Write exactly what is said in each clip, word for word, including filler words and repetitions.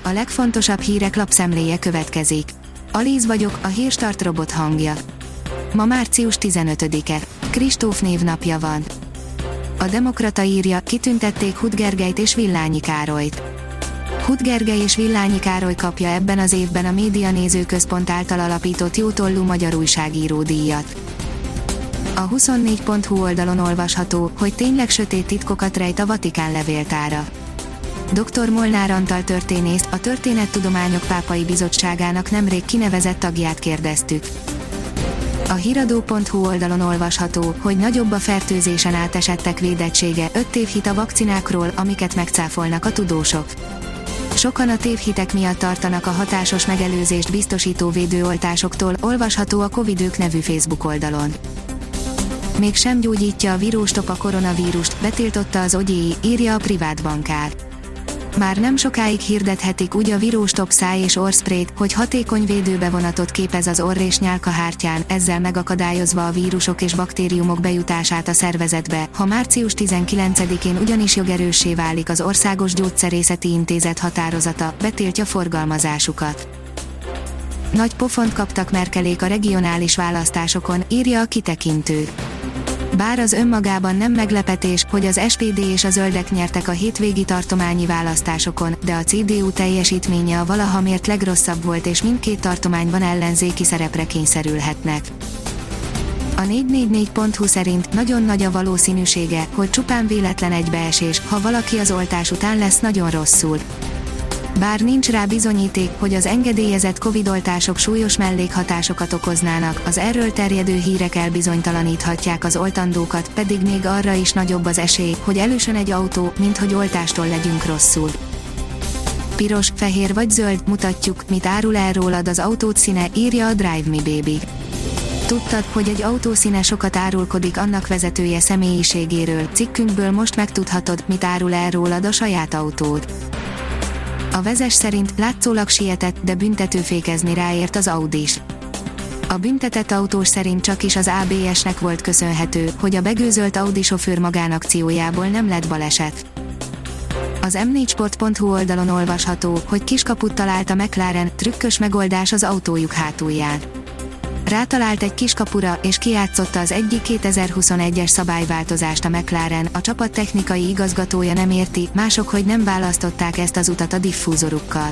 a legfontosabb hírek lapszemléje következik. Alíz vagyok, a Hírstart robot hangja. Ma március tizenötödike. Kristóf névnapja van. A Demokrata írja, kitüntették Huth Gergelyt és Villányi Károlyt. Huth Gergely és Villányi Károly kapja ebben az évben a Média Nézőközpont által alapított jótollú magyar újságíró díjat. A huszonnégy pont hu oldalon olvasható, hogy tényleg sötét titkokat rejt a Vatikán levéltára. doktor Molnár Antal történészt, a Történettudományok Pápai Bizottságának nemrég kinevezett tagját kérdeztük. A hiradó pont hu oldalon olvasható, hogy nagyobb a fertőzésen átesettek védettsége, öt tévhit a vakcinákról, amiket megcáfolnak a tudósok. Sokan a tévhitek miatt tartanak a hatásos megelőzést biztosító védőoltásoktól, olvasható a Covidők nevű Facebook oldalon. Mégsem gyógyítja a víróstop a koronavírust, betiltotta az ogyéi, írja a privát bankár. Már nem sokáig hirdethetik úgy a víróstop száj- és orrszprayt, hogy hatékony védőbevonatot képez az orr és nyálkahártyán, ezzel megakadályozva a vírusok és baktériumok bejutását a szervezetbe. Ha március tizenkilencedikén ugyanis jogerőssé válik az Országos Gyógyszerészeti Intézet határozata, betiltja forgalmazásukat. Nagy pofont kaptak Merkelék a regionális választásokon, írja a Kitekintő. Bár az önmagában nem meglepetés, hogy az es pé dé és a Zöldek nyertek a hétvégi tartományi választásokon, de a cé dé u teljesítménye a valaha mért legrosszabb volt, és mindkét tartományban ellenzéki szerepre kényszerülhetnek. A négy négy négy pont hu szerint nagyon nagy a valószínűsége, hogy csupán véletlen egybeesés, ha valaki az oltás után lesz nagyon rosszul. Bár nincs rá bizonyíték, hogy az engedélyezett Covid-oltások súlyos mellékhatásokat okoznának, az erről terjedő hírek elbizonytalaníthatják az oltandókat, pedig még arra is nagyobb az esély, hogy elüssön egy autó, mint hogy oltástól legyünk rosszul. Piros, fehér vagy zöld, mutatjuk, mit árul el rólad az autód színe, írja a Drive Me Baby. Tudtad, hogy egy autó színe sokat árulkodik annak vezetője személyiségéről? Cikkünkből most megtudhatod, mit árul el rólad a saját autód. A Vezes szerint látszólag sietett, de büntetőfékezni ráért az Audis. A büntetett autós szerint csak is az á bé es-nek volt köszönhető, hogy a begőzölt Audi sofőr magánakciójából nem lett baleset. Az em négy sport pont hu oldalon olvasható, hogy kiskaput talált a McLaren, trükkös megoldás az autójuk hátulján. Rátalált egy kiskapura, és kijátszotta az egyik kétezer-huszonegyes szabályváltozást a McLaren, a csapat technikai igazgatója nem érti, mások hogy nem választották ezt az utat a diffúzorukkal.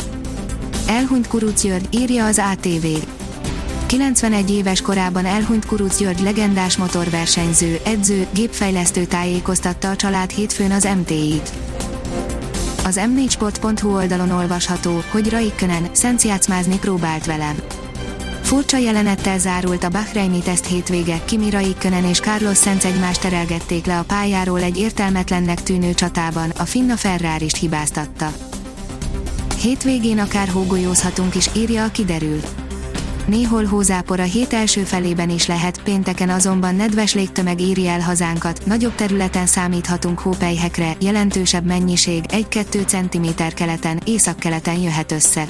Elhunyt Kuruc György, írja az á té vé. kilencvenegy éves korában elhunyt Kuruc György legendás motorversenyző, edző, gépfejlesztő tájékoztatta a család hétfőn az em té í-t. Az em négy sport pont hu oldalon olvasható, hogy Raikkonen szencjátszmázni próbált velem. Furcsa jelenettel zárult a bahreini teszt hétvége, Kimi Raikkonen és Carlos Sainz egymást terelgették le a pályáról egy értelmetlennek tűnő csatában, a finn a Ferrarist hibáztatta. Hétvégén akár hógolyózhatunk is, írja a Kiderül. Néhol hózápor a hét első felében is lehet, pénteken azonban nedves légtömeg éri el hazánkat, nagyobb területen számíthatunk hópelyhekre, jelentősebb mennyiség, egy-kettő centiméter keleten, északkeleten jöhet össze.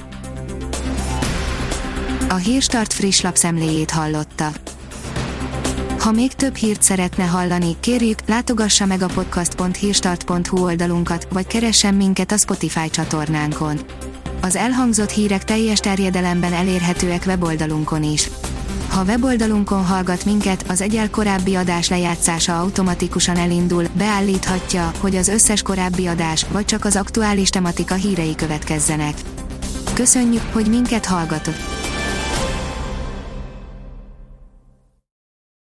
A Hírstart friss lapszemléjét hallotta. Ha még több hírt szeretne hallani, kérjük, látogassa meg a podcast pont hírstart pont hu oldalunkat, vagy keressen minket a Spotify csatornánkon. Az elhangzott hírek teljes terjedelemben elérhetőek weboldalunkon is. Ha weboldalunkon hallgat minket, az egyel korábbi adás lejátszása automatikusan elindul, beállíthatja, hogy az összes korábbi adás, vagy csak az aktuális tematika hírei következzenek. Köszönjük, hogy minket hallgatott!